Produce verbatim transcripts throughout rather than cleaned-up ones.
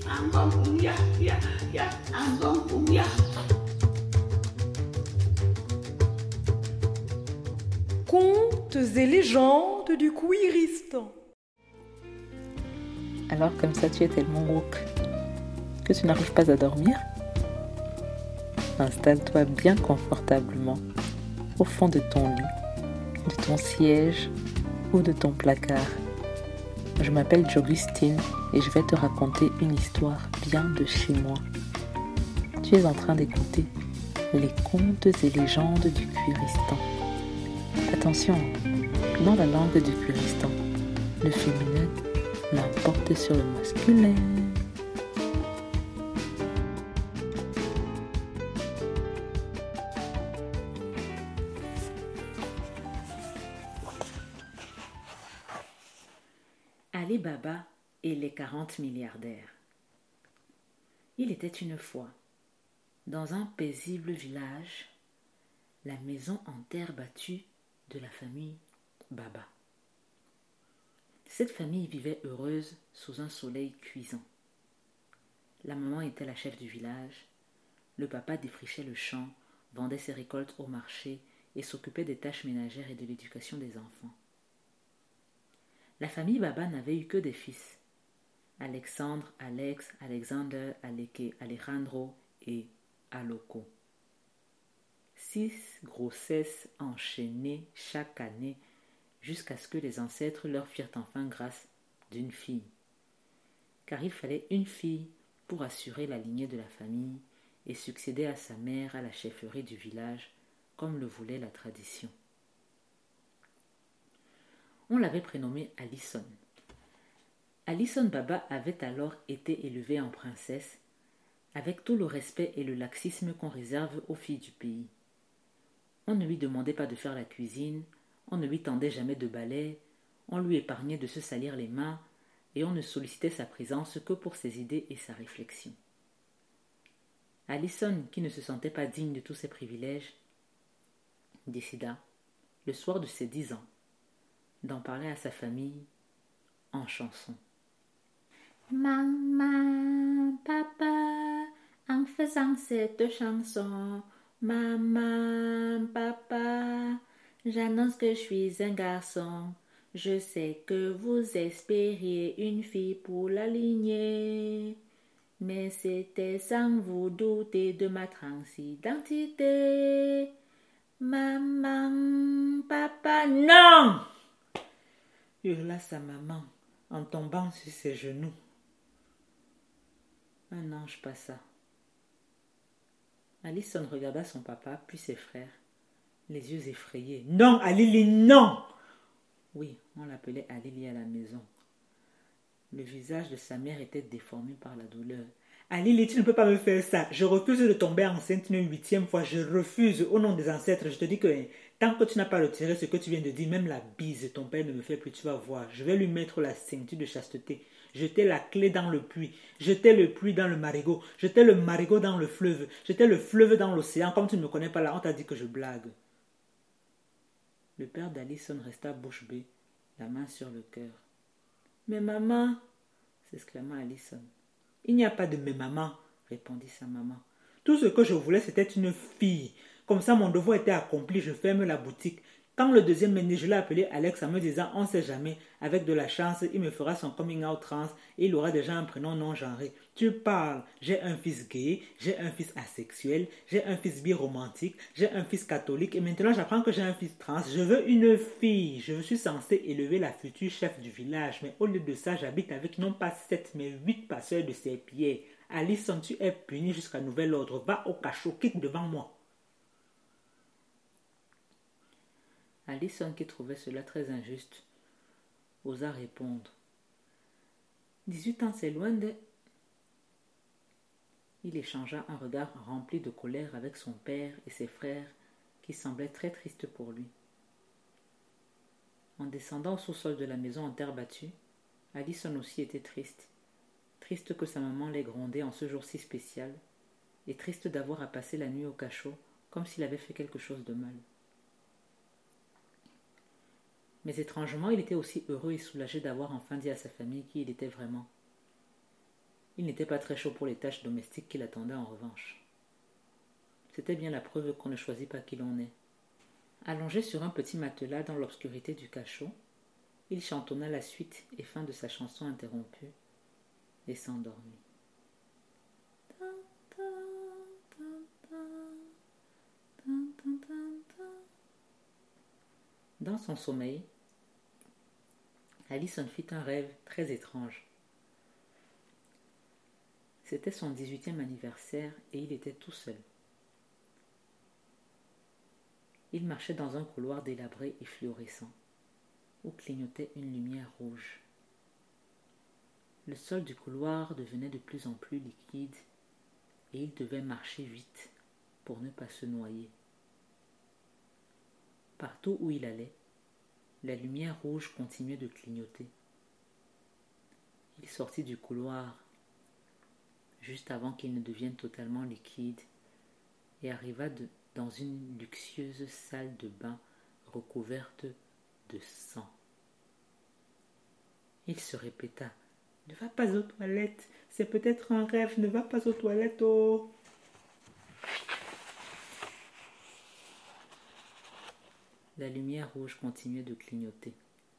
Ambambuya, ya, ya, ambambuya. Contes et légendes du Kouiristan. Alors comme ça tu es tellement woke que tu n'arrives pas à dormir? Installe-toi bien confortablement au fond de ton lit, de ton siège ou de ton placard. Je m'appelle Jogustine et je vais te raconter une histoire bien de chez moi. Tu es en train d'écouter les contes et légendes du Kouiristan. Attention, dans la langue du Kouiristan, le féminin l'emporte sur le masculin. Ali Baba et les quarante milliardaires. Il était une fois, dans un paisible village, la maison en terre battue de la famille Baba. Cette famille vivait heureuse sous un soleil cuisant. La maman était la chef du village, le papa défrichait le champ, vendait ses récoltes au marché et s'occupait des tâches ménagères et de l'éducation des enfants. La famille Baba n'avait eu que des fils, Alexandre, Alex, Alexander, Aleke, Alejandro et Aloko. Six grossesses enchaînées chaque année jusqu'à ce que les ancêtres leur firent enfin grâce d'une fille. Car il fallait une fille pour assurer la lignée de la famille et succéder à sa mère à la chefferie du village, comme le voulait la tradition. On l'avait prénommée Alison. Alison Baba avait alors été élevée en princesse, avec tout le respect et le laxisme qu'on réserve aux filles du pays. On ne lui demandait pas de faire la cuisine, on ne lui tendait jamais de balai, on lui épargnait de se salir les mains et on ne sollicitait sa présence que pour ses idées et sa réflexion. Alison, qui ne se sentait pas digne de tous ses privilèges, décida, le soir de ses dix ans, d'en parler à sa famille en chanson. Maman, papa, en faisant cette chanson, maman, papa, j'annonce que je suis un garçon. Je sais que vous espériez une fille pour la lignée, mais c'était sans vous douter de ma transidentité. Maman, papa, non! Hurla sa maman en tombant sur ses genoux. Un ange passa. Alison regarda son papa, puis ses frères, les yeux effrayés. « Non, Alili, non !» Oui, on l'appelait Alili à la maison. Le visage de sa mère était déformé par la douleur. « Alili, tu ne peux pas me faire ça. Je refuse de tomber enceinte une huitième fois. Je refuse. Au nom des ancêtres, je te dis que tant que tu n'as pas retiré ce que tu viens de dire, même la bise, ton père ne me fait plus, tu vas voir. Je vais lui mettre la ceinture de chasteté. Jeter la clé dans le puits. Jeter le puits dans le marigot. Jeter le marigot dans le fleuve. Jeter le fleuve dans l'océan. Comme tu ne me connais pas là, on t'a dit que je blague. » Le père d'Alison resta bouche bée, la main sur le cœur. « Mais maman !» s'exclama Alison. « Il n'y a pas de mais maman !» répondit sa maman. « Tout ce que je voulais, c'était une fille. Comme ça, mon devoir était accompli, je ferme la boutique. Quand le deuxième est né, je l'ai appelé Alex en me disant, on ne sait jamais, avec de la chance, il me fera son coming out trans et il aura déjà un prénom non genré. Tu parles, j'ai un fils gay, j'ai un fils asexuel, j'ai un fils biromantique, j'ai un fils catholique et maintenant j'apprends que j'ai un fils trans. Je veux une fille. Je suis censé élever la future chef du village, mais au lieu de ça, j'habite avec non pas sept, mais huit passeurs de serpillères. Alison, tu es punie jusqu'à nouvel ordre. Va au cachot, quitte devant moi. Alison, qui trouvait cela très injuste, osa répondre. Dix-huit ans, c'est loin de... Il échangea un regard rempli de colère avec son père et ses frères, qui semblaient très tristes pour lui. En descendant au sous-sol de la maison en terre battue, Alison aussi était triste. Triste que sa maman l'ait grondée en ce jour si spécial, et triste d'avoir à passer la nuit au cachot, comme s'il avait fait quelque chose de mal. Mais étrangement, il était aussi heureux et soulagé d'avoir enfin dit à sa famille qui il était vraiment. Il n'était pas très chaud pour les tâches domestiques qui l'attendaient en revanche. C'était bien la preuve qu'on ne choisit pas qui l'on est. Allongé sur un petit matelas dans l'obscurité du cachot, il chantonna la suite et fin de sa chanson interrompue et s'endormit. Dans son sommeil, Allison fit un rêve très étrange. C'était son dix-huitième anniversaire et il était tout seul. Il marchait dans un couloir délabré et fluorescent, où clignotait une lumière rouge. Le sol du couloir devenait de plus en plus liquide et il devait marcher vite pour ne pas se noyer. Partout où il allait, la lumière rouge continuait de clignoter. Il sortit du couloir juste avant qu'il ne devienne totalement liquide et arriva de, dans une luxueuse salle de bain recouverte de sang. Il se répéta « Ne va pas aux toilettes, c'est peut-être un rêve, ne va pas aux toilettes, oh !» La lumière rouge continuait de clignoter.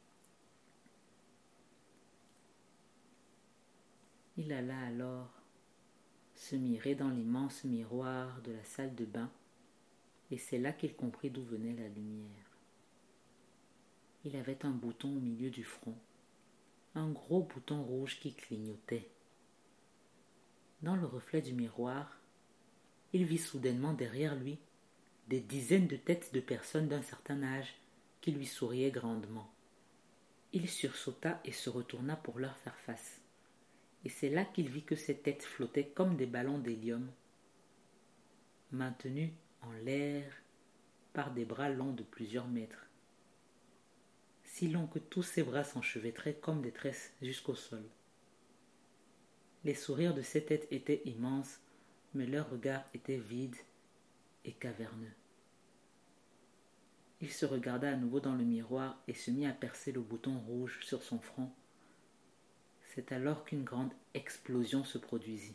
Il alla alors se mirer dans l'immense miroir de la salle de bain, et c'est là qu'il comprit d'où venait la lumière. Il avait un bouton au milieu du front, un gros bouton rouge qui clignotait. Dans le reflet du miroir, il vit soudainement derrière lui des dizaines de têtes de personnes d'un certain âge qui lui souriaient grandement. Il sursauta et se retourna pour leur faire face. Et c'est là qu'il vit que ces têtes flottaient comme des ballons d'hélium, maintenus en l'air par des bras longs de plusieurs mètres, si longs que tous ces bras s'enchevêtraient comme des tresses jusqu'au sol. Les sourires de ces têtes étaient immenses, mais leurs regards étaient vides et caverneux. Il se regarda à nouveau dans le miroir et se mit à percer le bouton rouge sur son front. C'est alors qu'une grande explosion se produisit.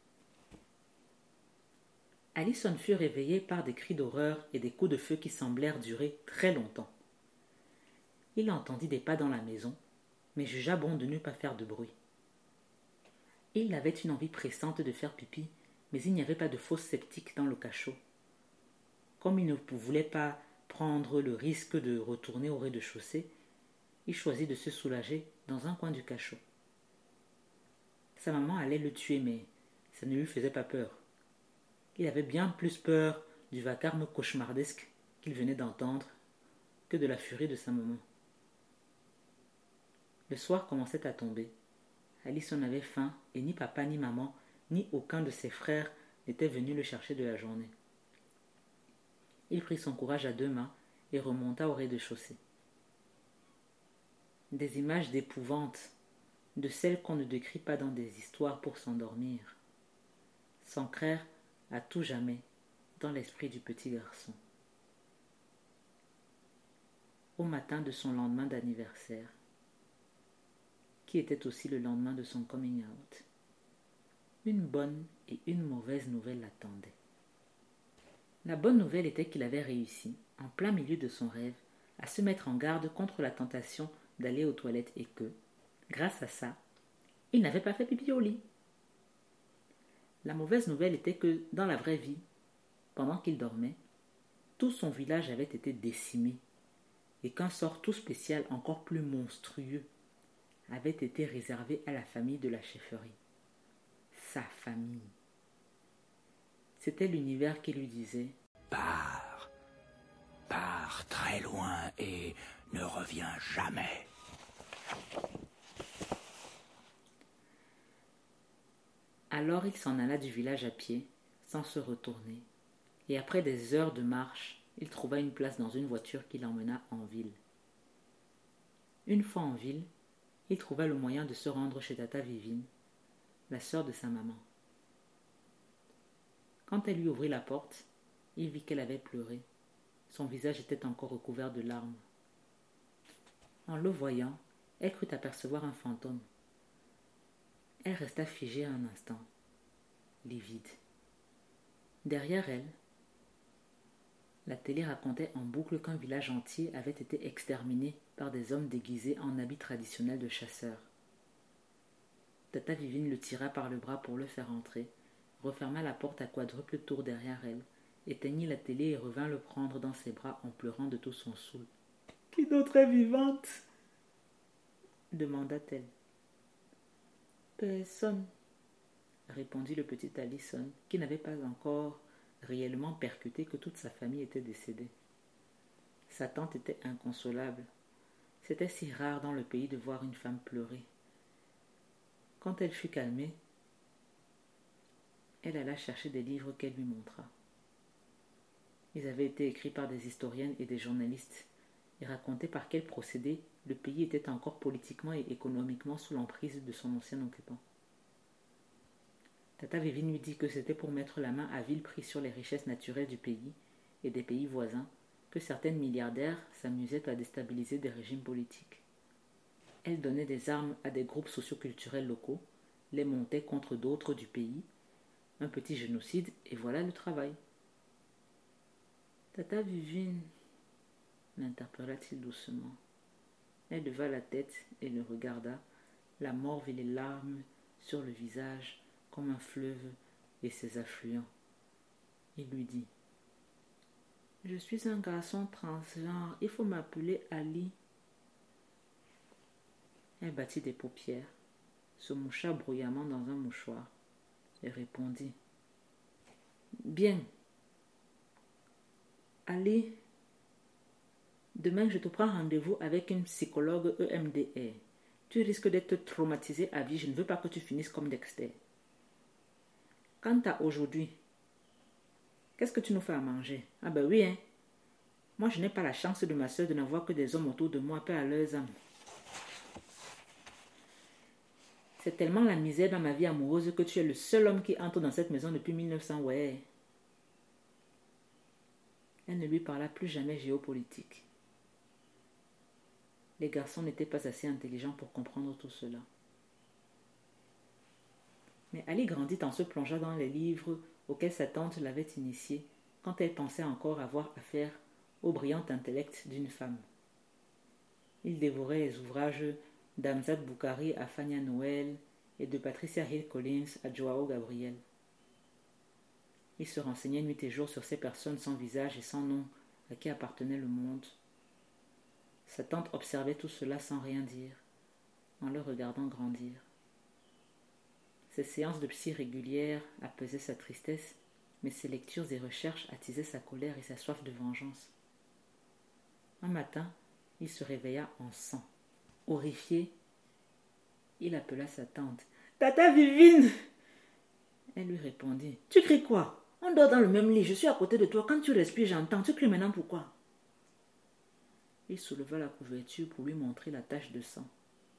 Allison fut réveillée par des cris d'horreur et des coups de feu qui semblèrent durer très longtemps. Il entendit des pas dans la maison, mais jugea bon de ne pas faire de bruit. Il avait une envie pressante de faire pipi, mais il n'y avait pas de fosse septique dans le cachot. Comme il ne voulait pas prendre le risque de retourner au rez-de-chaussée, il choisit de se soulager dans un coin du cachot. Sa maman allait le tuer, mais ça ne lui faisait pas peur. Il avait bien plus peur du vacarme cauchemardesque qu'il venait d'entendre que de la furie de sa maman. Le soir commençait à tomber. Allison avait faim et ni papa ni maman, ni aucun de ses frères n'était venu le chercher de la journée. Il prit son courage à deux mains et remonta au rez-de-chaussée. Des images d'épouvante, de celles qu'on ne décrit pas dans des histoires pour s'endormir, s'ancrèrent à tout jamais dans l'esprit du petit garçon. Au matin de son lendemain d'anniversaire, qui était aussi le lendemain de son coming out, une bonne et une mauvaise nouvelle l'attendaient. La bonne nouvelle était qu'il avait réussi, en plein milieu de son rêve, à se mettre en garde contre la tentation d'aller aux toilettes et que, grâce à ça, il n'avait pas fait pipi au lit. La mauvaise nouvelle était que, dans la vraie vie, pendant qu'il dormait, tout son village avait été décimé et qu'un sort tout spécial encore plus monstrueux avait été réservé à la famille de la chefferie. Sa famille. C'était l'univers qui lui disait « Pars, pars très loin et ne reviens jamais. » Alors il s'en alla du village à pied, sans se retourner, et après des heures de marche, il trouva une place dans une voiture qui l'emmena en ville. Une fois en ville, il trouva le moyen de se rendre chez Tata Vivine, la sœur de sa maman. Quand elle lui ouvrit la porte, il vit qu'elle avait pleuré. Son visage était encore recouvert de larmes. En le voyant, elle crut apercevoir un fantôme. Elle resta figée un instant, livide. Derrière elle, la télé racontait en boucle qu'un village entier avait été exterminé par des hommes déguisés en habits traditionnels de chasseurs. Tata Vivine le tira par le bras pour le faire entrer, referma la porte à quadruple tour derrière elle, éteignit la télé et revint le prendre dans ses bras en pleurant de tout son soul. « Qui d'autre est vivante ?» demanda-t-elle. « Personne, » répondit le petit Allison, qui n'avait pas encore réellement percuté que toute sa famille était décédée. Sa tante était inconsolable. C'était si rare dans le pays de voir une femme pleurer. Quand elle fut calmée, elle alla chercher des livres qu'elle lui montra. Ils avaient été écrits par des historiennes et des journalistes et racontaient par quel procédé le pays était encore politiquement et économiquement sous l'emprise de son ancien occupant. Tata Vivine lui dit que c'était pour mettre la main à vil prix sur les richesses naturelles du pays et des pays voisins que certaines milliardaires s'amusaient à déstabiliser des régimes politiques. Elle donnait des armes à des groupes socioculturels locaux, les montait contre d'autres du pays, un petit génocide, et voilà le travail. Tata Vivine, l'interpella-t-il doucement. Elle leva la tête et le regarda, la morve et les larmes sur le visage, comme un fleuve et ses affluents. Il lui dit: « Je suis un garçon transgenre, il faut m'appeler Ali. » Elle battit des paupières, se moucha bruyamment dans un mouchoir et répondit: « Bien. Ali, demain je te prends rendez-vous avec une psychologue E M D R. Tu risques d'être traumatisé à vie, je ne veux pas que tu finisses comme Dexter. Quant à aujourd'hui, qu'est-ce que tu nous fais à manger? Ah ben oui, hein. Moi, je n'ai pas la chance de ma soeur de n'avoir que des hommes autour de moi, paix à leurs âmes. C'est tellement la misère dans ma vie amoureuse que tu es le seul homme qui entre dans cette maison depuis mille neuf cents, ouais. » Elle ne lui parla plus jamais géopolitique. Les garçons n'étaient pas assez intelligents pour comprendre tout cela. Mais Ali grandit en se plongeant dans les livres auxquels sa tante l'avait initié quand elle pensait encore avoir affaire au brillant intellect d'une femme. Il dévorait les ouvrages d'Amzad Boukari à Fania Noël et de Patricia Hill Collins à Joao Gabriel. Il se renseignait nuit et jour sur ces personnes sans visage et sans nom à qui appartenait le monde. Sa tante observait tout cela sans rien dire, en le regardant grandir. Ses séances de psy régulières apaisaient sa tristesse, mais ses lectures et recherches attisaient sa colère et sa soif de vengeance. Un matin, il se réveilla en sang. Horrifié, il appela sa tante. « Tata Vivine !» Elle lui répondit. « Tu cries quoi? On dort dans le même lit, je suis à côté de toi. Quand tu respires, j'entends. Tu cries maintenant pourquoi ?» Il souleva la couverture pour lui montrer la tache de sang.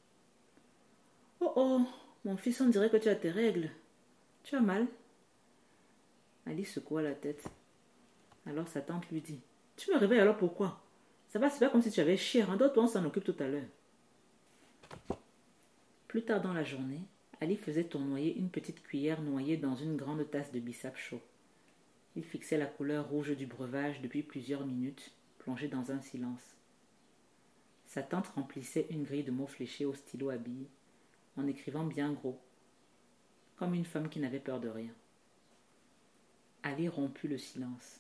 « Oh oh, mon fils, on dirait que tu as tes règles. Tu as mal ?» Ali secoua la tête. Alors sa tante lui dit. « Tu me réveilles alors pourquoi? Ça va, c'est pas comme si tu avais chier. Rendors-toi, on s'en occupe tout à l'heure. » Plus tard dans la journée, Ali faisait tournoyer une petite cuillère noyée dans une grande tasse de bissap chaud. Il fixait la couleur rouge du breuvage depuis plusieurs minutes, plongé dans un silence. Sa tante remplissait une grille de mots fléchés au stylo à billes, en écrivant bien gros, comme une femme qui n'avait peur de rien. Ali rompit le silence.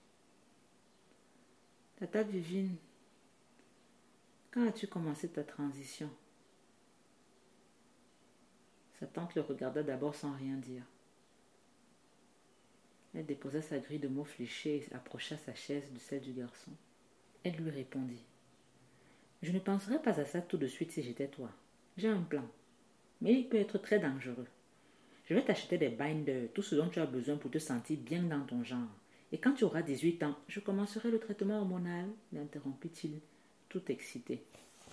« Tata Vivine, quand as-tu commencé ta transition ?» Sa tante le regarda d'abord sans rien dire. Elle déposa sa grille de mots fléchés et approcha sa chaise de celle du garçon. Elle lui répondit. « Je ne penserais pas à ça tout de suite si j'étais toi. J'ai un plan, mais il peut être très dangereux. Je vais t'acheter des binders, tout ce dont tu as besoin pour te sentir bien dans ton genre. Et quand tu auras dix-huit ans, je commencerai le traitement hormonal, l'interrompit-il, tout excité.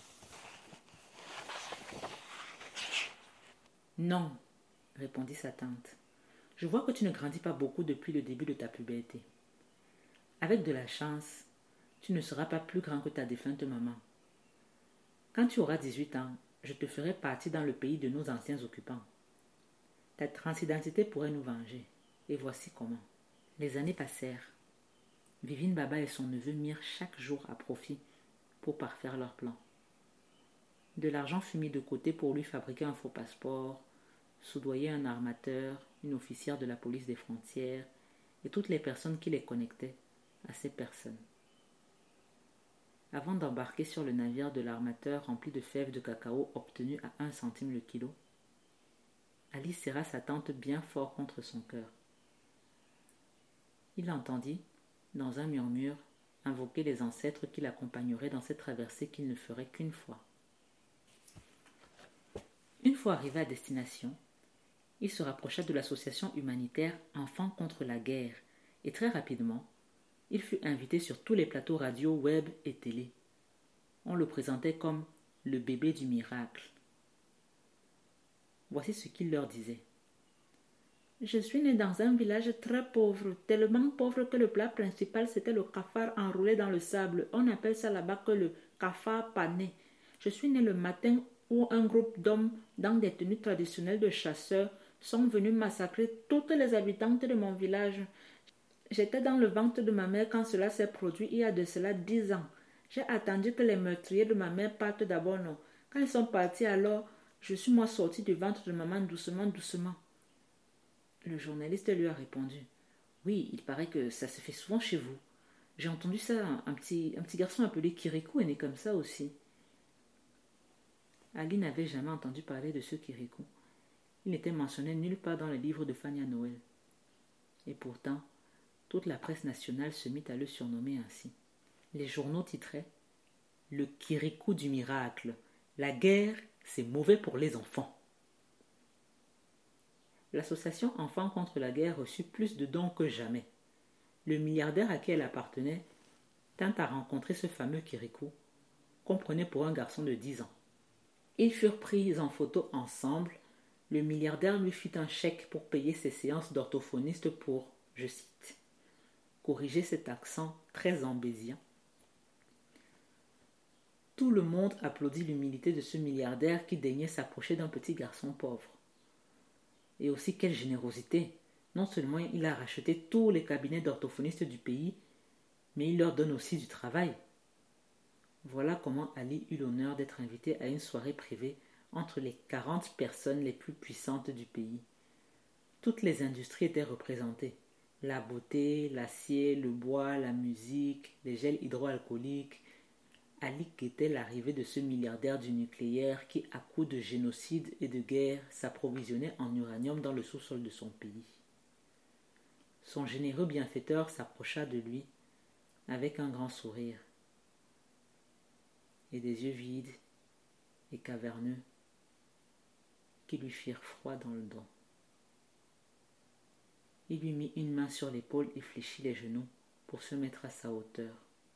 Non, répondit sa tante. Je vois que tu ne grandis pas beaucoup depuis le début de ta puberté. Avec de la chance, tu ne seras pas plus grand que ta défunte maman. Quand tu auras dix-huit ans, je te ferai partir dans le pays de nos anciens occupants. Ta transidentité pourrait nous venger. Et voici comment. Les années passèrent. Vivine Baba et son neveu mirent chaque jour à profit pour parfaire leur plan. De l'argent fut mis de côté pour lui fabriquer un faux passeport, soudoyer un armateur, une officière de la police des frontières et toutes les personnes qui les connectaient à ces personnes. Avant d'embarquer sur le navire de l'armateur rempli de fèves de cacao obtenues à un centime le kilo, Ali serra sa tante bien fort contre son cœur. Il entendit, dans un murmure, invoquer les ancêtres qui l'accompagneraient dans cette traversée qu'il ne ferait qu'une fois. Une fois arrivé à destination, il se rapprocha de l'association humanitaire Enfants contre la guerre et très rapidement, il fut invité sur tous les plateaux radio, web et télé. On le présentait comme le bébé du miracle. Voici ce qu'il leur disait. Je suis né dans un village très pauvre, tellement pauvre que le plat principal c'était le cafard enroulé dans le sable. On appelle ça là-bas que le cafard pané. Je suis né le matin où un groupe d'hommes dans des tenues traditionnelles de chasseurs sont venus massacrer toutes les habitantes de mon village. J'étais dans le ventre de ma mère quand cela s'est produit il y a de cela dix ans. J'ai attendu que les meurtriers de ma mère partent d'abord, non. Quand ils sont partis alors, je suis moi sortie du ventre de maman doucement, doucement. Le journaliste lui a répondu. Oui, il paraît que ça se fait souvent chez vous. J'ai entendu ça, un petit, un petit garçon appelé Kirikou est né comme ça aussi. Ali n'avait jamais entendu parler de ce Kirikou. Il n'était mentionné nulle part dans les livres de Fania Noël. Et pourtant, toute la presse nationale se mit à le surnommer ainsi. Les journaux titraient « Le Kirikou du miracle. La guerre, c'est mauvais pour les enfants. » L'association Enfants contre la guerre reçut plus de dons que jamais. Le milliardaire à qui elle appartenait tint à rencontrer ce fameux Kirikou, qu'on prenait pour un garçon de dix ans. Ils furent pris en photo ensemble. Le milliardaire lui fit un chèque pour payer ses séances d'orthophoniste pour, je cite, corriger cet accent très ambésien. Tout le monde applaudit l'humilité de ce milliardaire qui daignait s'approcher d'un petit garçon pauvre. Et aussi quelle générosité! Non seulement il a racheté tous les cabinets d'orthophonistes du pays, mais il leur donne aussi du travail. Voilà comment Ali eut l'honneur d'être invité à une soirée privée entre les quarante personnes les plus puissantes du pays. Toutes les industries étaient représentées. La beauté, l'acier, le bois, la musique, les gels hydroalcooliques. Ali guettait l'arrivée de ce milliardaire du nucléaire qui, à coups de génocide et de guerre, s'approvisionnait en uranium dans le sous-sol de son pays. Son généreux bienfaiteur s'approcha de lui avec un grand sourire et des yeux vides et caverneux qui lui firent froid dans le dos. Il lui mit une main sur l'épaule et fléchit les genoux pour se mettre à sa hauteur.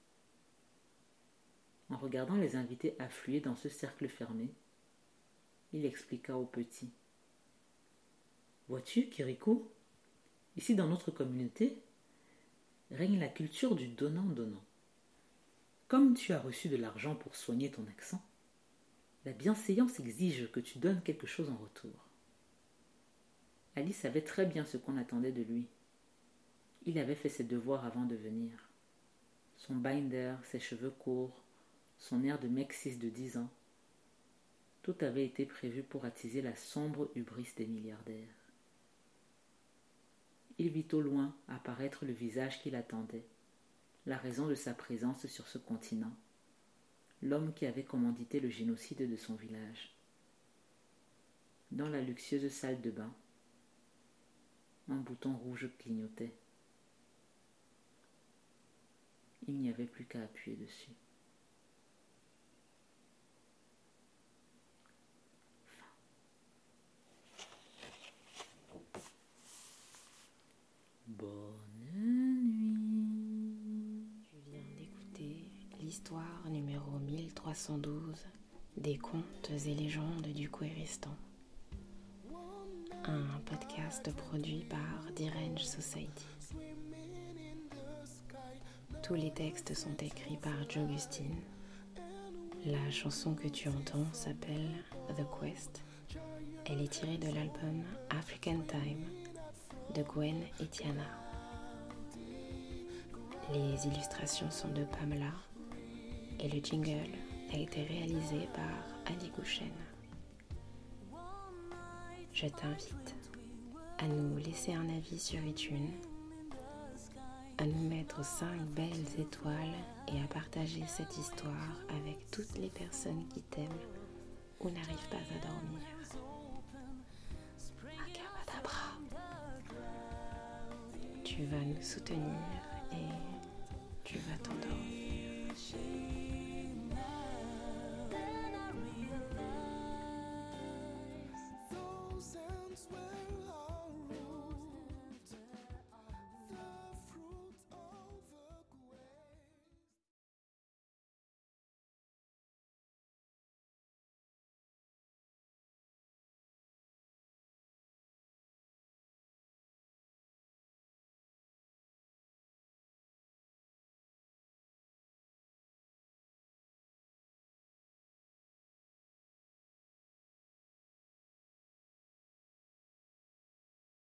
En regardant les invités affluer dans ce cercle fermé, il expliqua au petit. « Vois-tu, Kirikou, ici dans notre communauté, règne la culture du donnant-donnant. Comme tu as reçu de l'argent pour soigner ton accent, la bienséance exige que tu donnes quelque chose en retour. » Ali savait très bien ce qu'on attendait de lui. Il avait fait ses devoirs avant de venir. Son binder, ses cheveux courts, son air de mec cis de dix ans, tout avait été prévu pour attiser la sombre hubris des milliardaires. Il vit au loin apparaître le visage qui l'attendait, la raison de sa présence sur ce continent, l'homme qui avait commandité le génocide de son village. Dans la luxueuse salle de bain, un bouton rouge clignotait. Il n'y avait plus qu'à appuyer dessus. Bonne nuit. Je viens d'écouter l'histoire numéro mille trois cent douze des contes et légendes du Kouéristan. Un podcast produit par Dirange Society. Tous les textes sont écrits par Jogustine. La chanson que tu entends s'appelle The Quest Elle est tirée de l'album African Time de Gwen et Tiana. Les illustrations sont de Pamela et le jingle a été réalisé par Ali Gouchen. Je t'invite à nous laisser un avis sur iTunes, à nous mettre cinq belles étoiles et à partager cette histoire avec toutes les personnes qui t'aiment ou n'arrivent pas à dormir. Akabadabra. Tu vas nous soutenir et tu vas t'endormir. Sounds well.